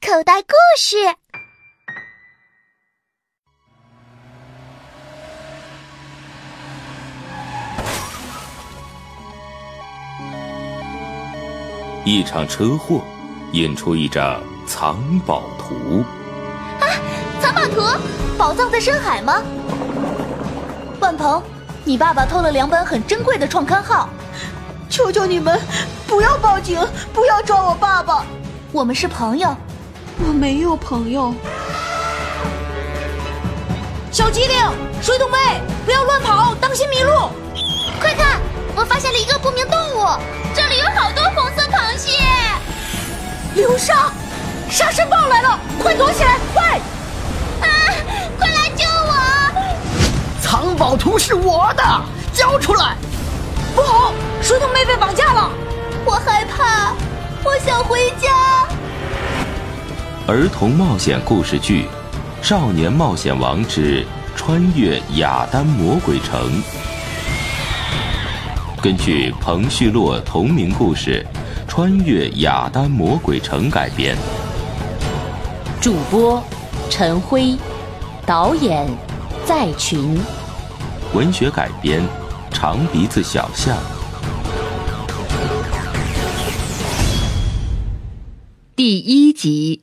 口袋故事。 一场车祸引出一张藏宝图。 藏宝图，宝藏在深海吗？ 万鹏，你爸爸偷了2本很珍贵的创刊号， 求求你们不要报警，不要抓我爸爸， 我们是朋友。 我没有朋友。 小机灵，水桶妹，不要乱跑，当心迷路。 快看，我发现了一个不明动物，这里有好多红色螃蟹。 流沙，沙尘暴来了，快躲起来，快！ 快来救我！ 藏宝图是我的，交出来！ 不好，水桶妹被绑架了。 我害怕，我想回家。 儿童冒险故事剧《少年冒险王之穿越雅丹魔鬼城》，根据彭旭洛同名故事《穿越雅丹魔鬼城》改编。 主播陈辉，导演在群， 文学改编长鼻子小象。 第1集。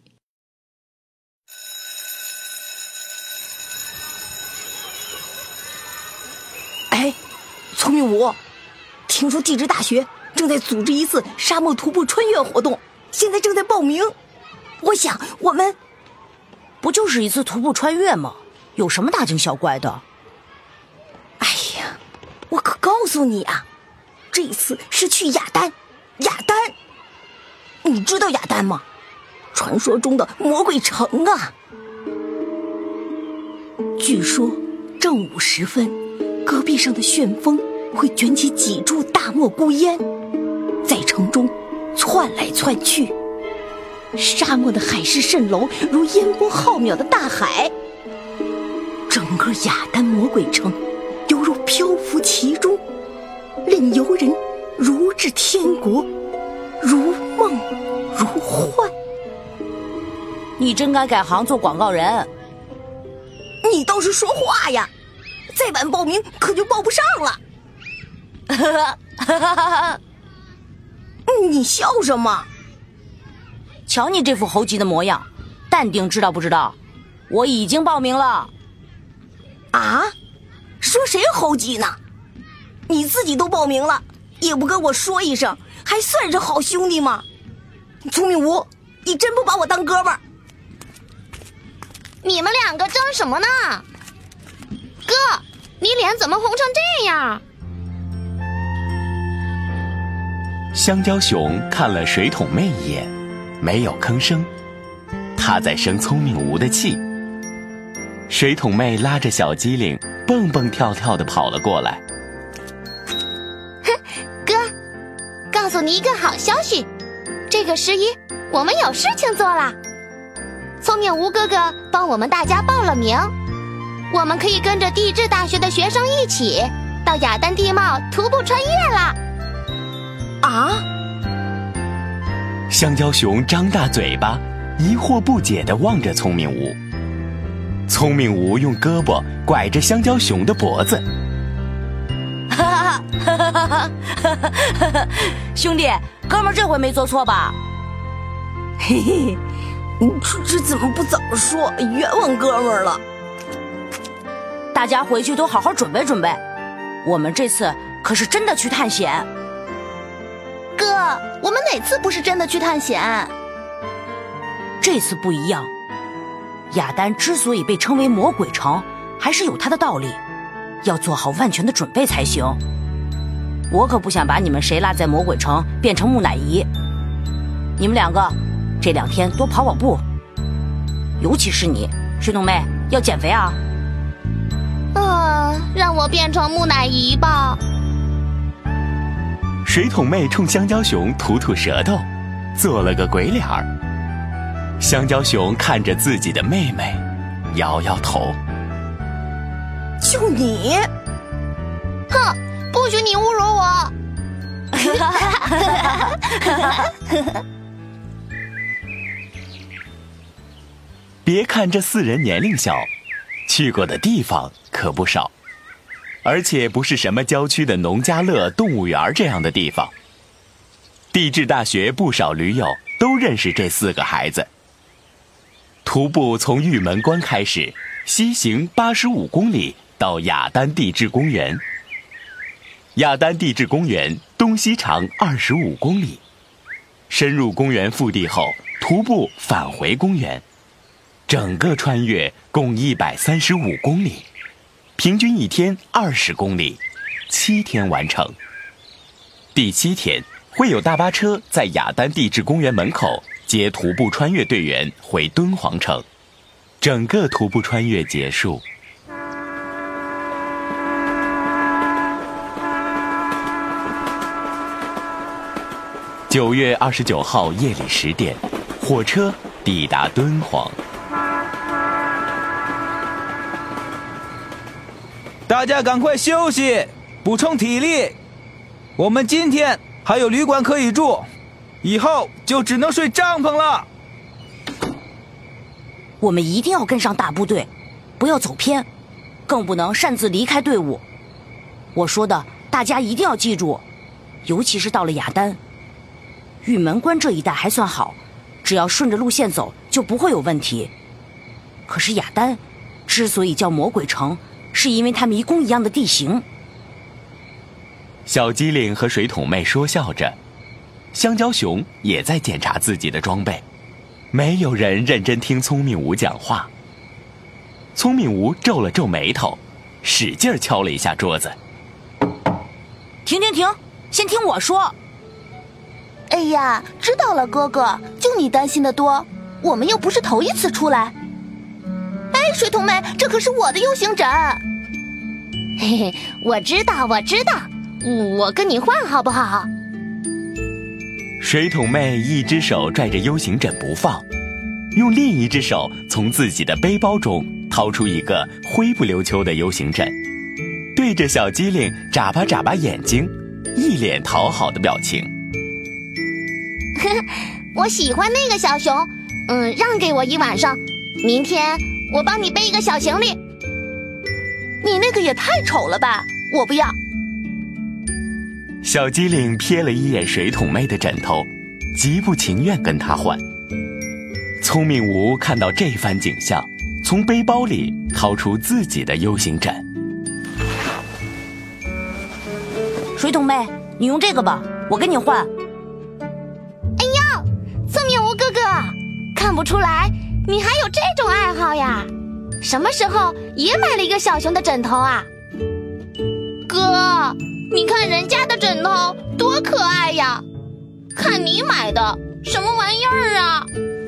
聪明五，听说地质大学正在组织一次沙漠徒步穿越活动，现在正在报名。我想我们不就是一次徒步穿越吗？有什么大惊小怪的？ 哎呀，我可告诉你啊，这次是去雅丹。雅丹，你知道雅丹吗？传说中的魔鬼城啊。据说正午时分，戈壁上的旋风会卷起几柱大漠孤烟，在城中窜来窜去。沙漠的海市蜃楼如烟波浩渺的大海，整个雅丹魔鬼城犹如漂浮其中，任游人如至天国，如梦如幻。 你真该改行做广告人。 你倒是说话呀，再晚报名可就报不上了。你笑什么？ 瞧你这副猴急的模样，淡定知道不知道？我已经报名了。 啊？说谁猴急呢？你自己都报名了，也不跟我说一声，还算是好兄弟吗？聪明无，你真不把我当哥们儿？ 你们2个争什么呢？哥，你脸怎么红成这样？ 香蕉熊看了水桶妹一眼，没有吭声，他在生聪明无的气。水桶妹拉着小机灵蹦蹦跳跳地跑了过来。 哥，告诉你一个好消息，这个11我们有事情做了。聪明吴哥哥帮我们大家报了名，我们可以跟着地质大学的学生一起到雅丹地貌徒步穿越了。 啊！ 香蕉熊张大嘴巴，疑惑不解地望着聪明无。聪明无用胳膊拐着香蕉熊的脖子。 兄弟，哥们儿这回没做错吧？ 嘿嘿，这怎么不早说，冤枉哥们儿了。 大家回去都好好准备准备，我们这次可是真的去探险。 哥，我们哪次不是真的去探险？ 这次不一样，雅丹之所以被称为魔鬼城，还是有它的道理，要做好万全的准备才行。我可不想把你们谁拉在魔鬼城变成木乃伊。你们2个这2天多跑跑步，尤其是你，水桶妹要减肥啊。 让我变成木乃伊吧。 水桶妹冲香蕉熊吐吐舌头，做了个鬼脸儿。香蕉熊看着自己的妹妹，摇摇头。 就你？ 哼，不许你侮辱我！ 别看这4人年龄小，去过的地方可不少，而且不是什么郊区的农家乐动物园这样的地方。地质大学不少驴友都认识这4个孩子。徒步从玉门关开始，西行85公里到雅丹地质公园。雅丹地质公园东西长25公里，深入公园腹地后，徒步返回公园，整个穿越共135公里，平均1天20公里，7天完成。第7天会有大巴车在雅丹地质公园门口接徒步穿越队员回敦煌城，整个徒步穿越结束。9月29号夜里10点，火车抵达敦煌。 大家赶快休息，补充体力。我们今天还有旅馆可以住，以后就只能睡帐篷了。 我们一定要跟上大部队，不要走偏，更不能擅自离开队伍。我说的大家一定要记住，尤其是到了雅丹。玉门关这一带还算好，只要顺着路线走就不会有问题。可是雅丹之所以叫魔鬼城，是因为它迷宫一样的地形。 小机灵和水桶妹说笑着，香蕉熊也在检查自己的装备，没有人认真听聪明无讲话。聪明无皱了皱眉头，使劲敲了一下桌子。 停，先听我说。 哎呀，知道了，哥哥，就你担心的多，我们又不是头一次出来。哎，水桶妹，这可是我的 U 型枕。 嘿嘿，我知道，我跟你换好不好？ 水桶妹一只手拽着 U 型枕不放，用另一只手从自己的背包中掏出一个灰不溜秋的 U 型枕，对着小机灵眨巴眼睛，一脸讨好的表情。 我喜欢那个小熊，让给我一晚上，明天我帮你背一个小行李。 你那个也太丑了吧，我不要。 小机灵瞥了一眼水桶妹的枕头，极不情愿跟她换。聪明无看到这番景象，从背包里掏出自己的 U 型枕。 水桶妹，你用这个吧，我跟你换。 聪明无哥哥，看不出来你还有这种爱好呀？什么时候也买了一个小熊的枕头啊？哥，你看人家的枕头多可爱呀，看你买的什么玩意儿啊？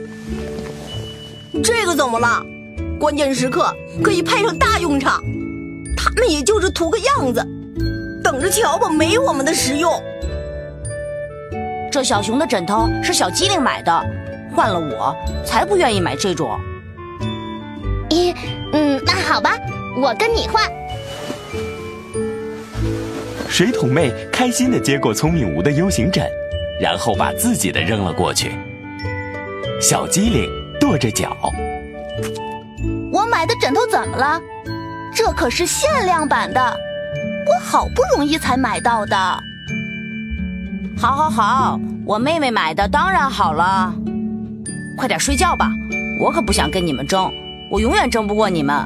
这个怎么了？关键时刻可以派上大用场，他们也就是图个样子，等着瞧吧，没我们的实用。 这小熊的枕头是小机灵买的，换了我才不愿意买这种。 那好吧，我跟你换。 水桶妹开心地接过聪明无的 U 型枕，然后把自己的扔了过去。小机灵跺着脚， 我买的枕头怎么了？这可是限量版的，我好不容易才买到的。 好，我妹妹买的当然好了。快点睡觉吧，我可不想跟你们争，我永远争不过你们。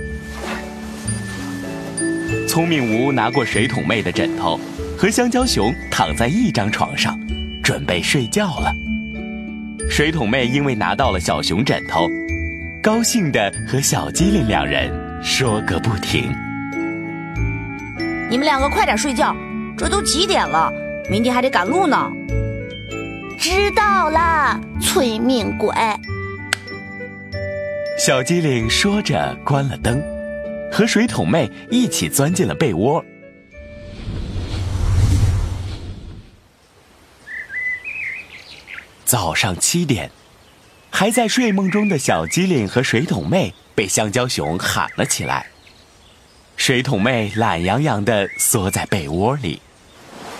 聪明无拿过水桶妹的枕头，和香蕉熊躺在一张床上，准备睡觉了。水桶妹因为拿到了小熊枕头，高兴地和小机灵两人说个不停。 你们两个快点睡觉，这都几点了，明天还得赶路呢。 知道了，催命鬼。 小机灵说着关了灯，和水桶妹一起钻进了被窝。早上7点，还在睡梦中的小机灵和水桶妹被香蕉熊喊了起来。水桶妹懒洋洋地缩在被窝里。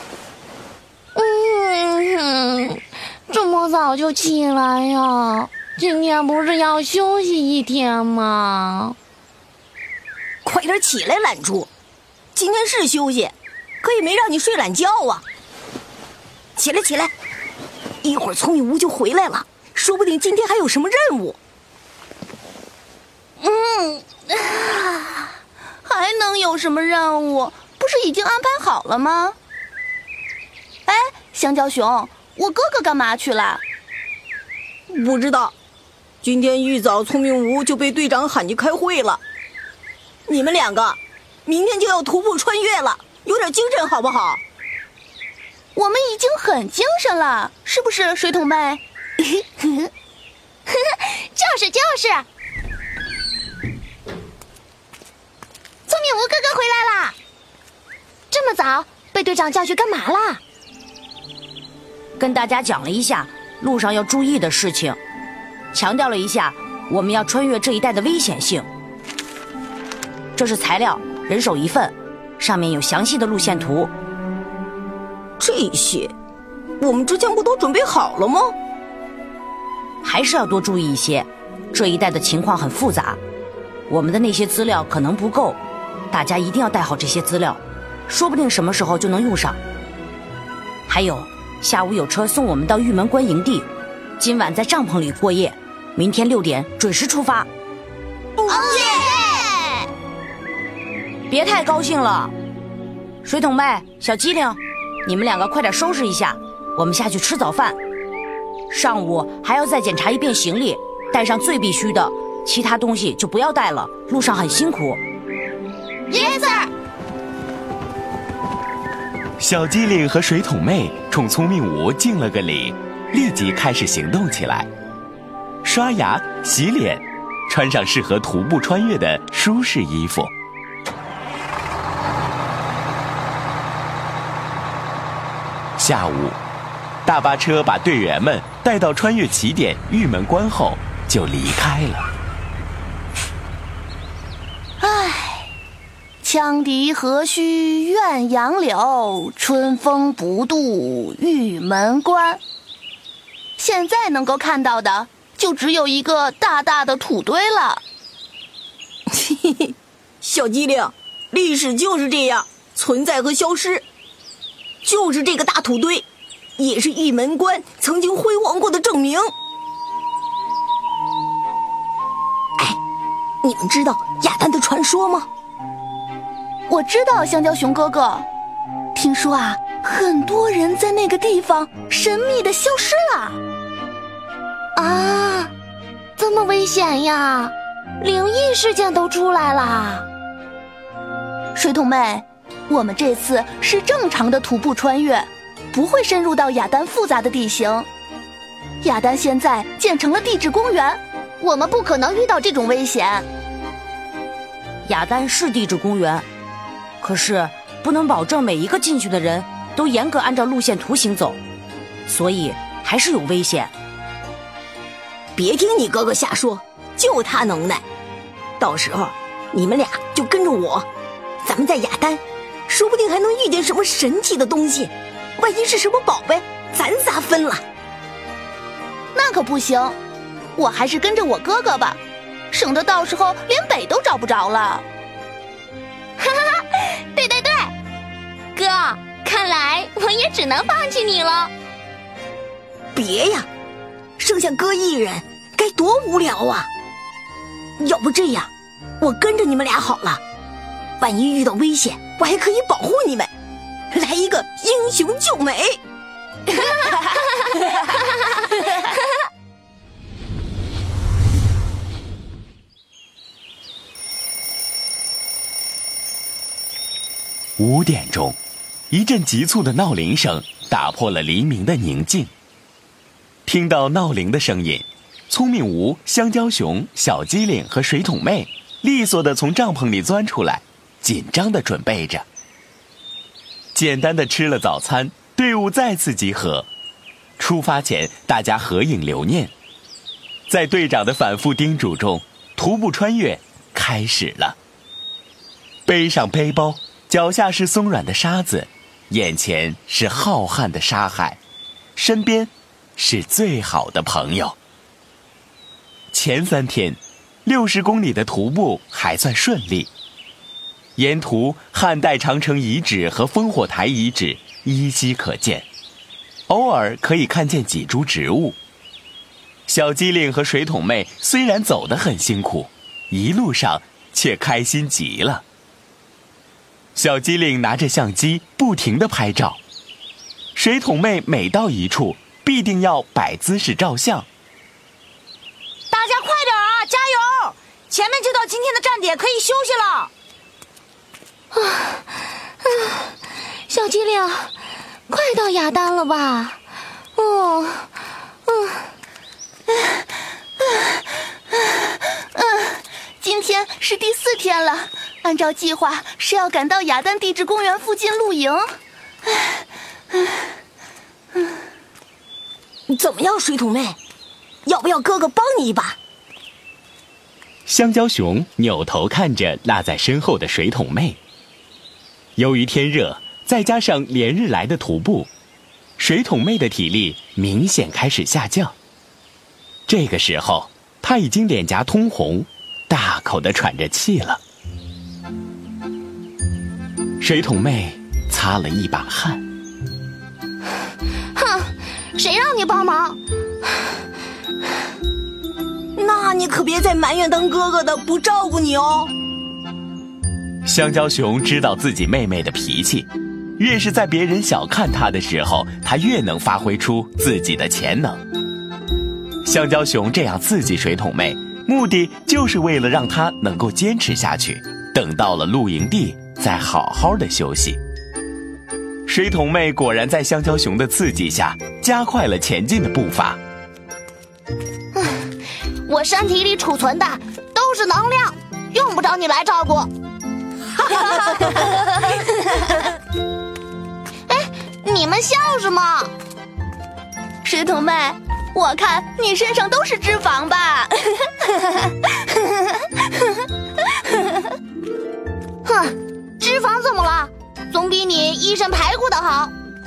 这么早就起来呀？ 今天不是要休息一天吗？ 快点起来，懒猪！今天是休息，可以没让你睡懒觉啊！起来起来，一会儿聪明屋就回来了，说不定今天还有什么任务。 还能有什么任务？不是已经安排好了吗？哎，香蕉熊，我哥哥干嘛去了？ 不知道，今天一早聪明屋就被队长喊去开会了。你们两个，明天就要徒步穿越了，有点精神好不好？ 我们已经很精神了，是不是，水桶妹？ 就是。聪明屋哥哥回来啦！这么早被队长叫去干嘛啦？ 跟大家讲了一下路上要注意的事情，强调了一下我们要穿越这一带的危险性。这是材料，人手一份，上面有详细的路线图。 这些我们之前不都准备好了吗？ 还是要多注意一些，这一带的情况很复杂，我们的那些资料可能不够，大家一定要带好这些资料，说不定什么时候就能用上。还有，下午有车送我们到玉门关营地，今晚在帐篷里过夜，明天6点准时出发。别太高兴了，水桶妹、小机灵，你们两个快点收拾一下，我们下去吃早饭。上午还要再检查一遍行李，带上最必须的，其他东西就不要带了，路上很辛苦。 Yes sir。 小机灵和水桶妹冲聪明屋敬了个礼，立即开始行动起来，刷牙、洗脸，穿上适合徒步穿越的舒适衣服。下午，大巴车把队员们带到穿越起点玉门关后，就离开了。 羌笛何须怨杨柳，春风不度玉门关。现在能够看到的，就只有一个大大的土堆了。 小机灵，历史就是这样，存在和消失。就是这个大土堆，也是玉门关曾经辉煌过的证明。哎，你们知道亚丹的传说吗？ 我知道，香蕉熊哥哥，听说啊，很多人在那个地方神秘的消失了。 啊，这么危险呀！灵异事件都出来了。 水桶妹，我们这次是正常的徒步穿越，不会深入到雅丹复杂的地形。雅丹现在建成了地质公园，我们不可能遇到这种危险。 雅丹是地质公园，可是不能保证每一个进去的人都严格按照路线图行走，所以还是有危险。 别听你哥哥瞎说，就他能耐。到时候你们俩就跟着我，咱们在雅丹说不定还能遇见什么神奇的东西，万一是什么宝贝，咱仨分了。 那可不行，我还是跟着我哥哥吧，省得到时候连北都找不着了。 哈哈，对，哥，看来我也只能放弃你了。 别呀，剩下哥一人该多无聊啊！要不这样，我跟着你们俩好了，万一遇到危险，我还可以保护你们，来一个英雄救美。 5点钟，一阵急促的闹铃声打破了黎明的宁静。听到闹铃的声音，聪明无、香蕉熊、小机灵和水桶妹利索地从帐篷里钻出来，紧张地准备着。简单的吃了早餐，队伍再次集合。出发前，大家合影留念。在队长的反复叮嘱中，徒步穿越开始了。背上背包，脚下是松软的沙子，眼前是浩瀚的沙海，身边是最好的朋友。 前3天，60公里的徒步还算顺利。沿途汉代长城遗址和烽火台遗址依稀可见，偶尔可以看见几株植物。小机灵和水桶妹虽然走得很辛苦，一路上却开心极了。小机灵拿着相机不停地拍照，水桶妹每到一处必定要摆姿势照相。 大家快点啊，加油！前面就到今天的站点，可以休息了。 小机灵，快到雅丹了吧？ 今天是第4天了，按照计划是要赶到雅丹地质公园附近露营。 怎么样，水桶妹？要不要哥哥帮你一把？ 香蕉熊扭头看着落在身后的水桶妹。由于天热，再加上连日来的徒步，水桶妹的体力明显开始下降。这个时候，她已经脸颊通红，大口地喘着气了。水桶妹擦了一把汗。 哼，谁让你帮忙？ 那你可别再埋怨当哥哥的不照顾你哦。 香蕉熊知道自己妹妹的脾气，越是在别人小看她的时候，她越能发挥出自己的潜能。香蕉熊这样刺激水桶妹，目的就是为了让她能够坚持下去，等到了露营地再好好的休息。水桶妹果然在香蕉熊的刺激下，加快了前进的步伐。 我身体里储存的都是能量，用不着你来照顾。哎，你们笑什么？ 水桶妹，我看你身上都是脂肪吧？ 哼，脂肪怎么了？总比你一身排骨的好。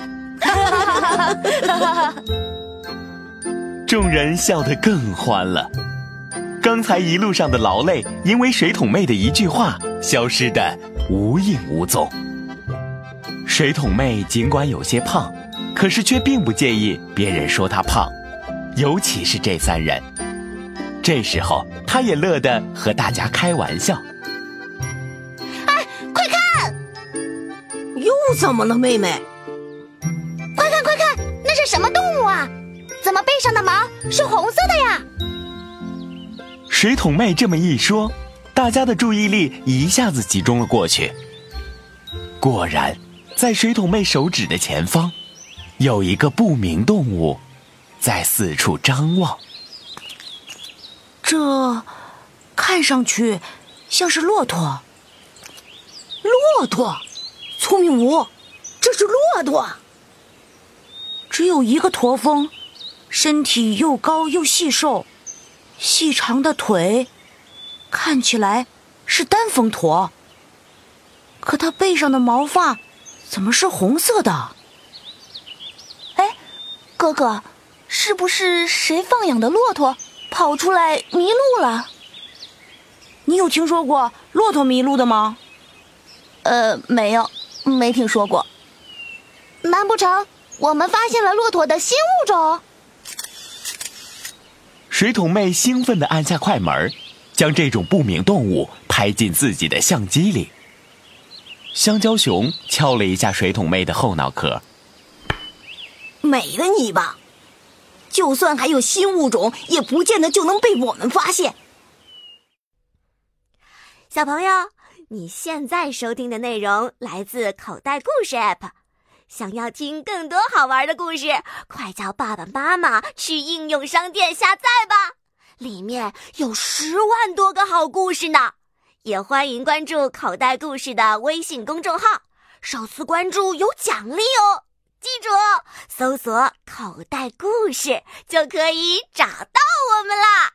众人笑得更欢了。刚才一路上的劳累，因为水桶妹的一句话消失得无影无踪。水桶妹尽管有些胖，可是却并不介意别人说她胖，尤其是这3人。这时候她也乐得和大家开玩笑。 哎，快看！ 又怎么了，妹妹？ 快看快看，那是什么动物啊？怎么背上的毛是红色的呀？ 水桶妹这么一说，大家的注意力一下子集中了过去。果然，在水桶妹手指的前方，有一个不明动物在四处张望。 这看上去像是骆驼。 骆驼？聪明无，这是骆驼。 只有一个驼峰，身体又高又细瘦，细长的腿，看起来是单峰驼。可它背上的毛发怎么是红色的？ 哎，哥哥，是不是谁放养的骆驼跑出来迷路了？ 你有听说过骆驼迷路的吗？ 没有，没听说过。 难不成我们发现了骆驼的新物种？ 水桶妹兴奋地按下快门，将这种不明动物拍进自己的相机里。香蕉熊敲了一下水桶妹的后脑壳。 美了你吧！就算还有新物种，也不见得就能被我们发现。 小朋友，你现在收听的内容来自口袋故事 App。想要听更多好玩的故事，快叫爸爸妈妈去应用商店下载吧，里面有10万多个好故事呢。也欢迎关注口袋故事的微信公众号，首次关注有奖励哦。记住，搜索口袋故事就可以找到我们啦。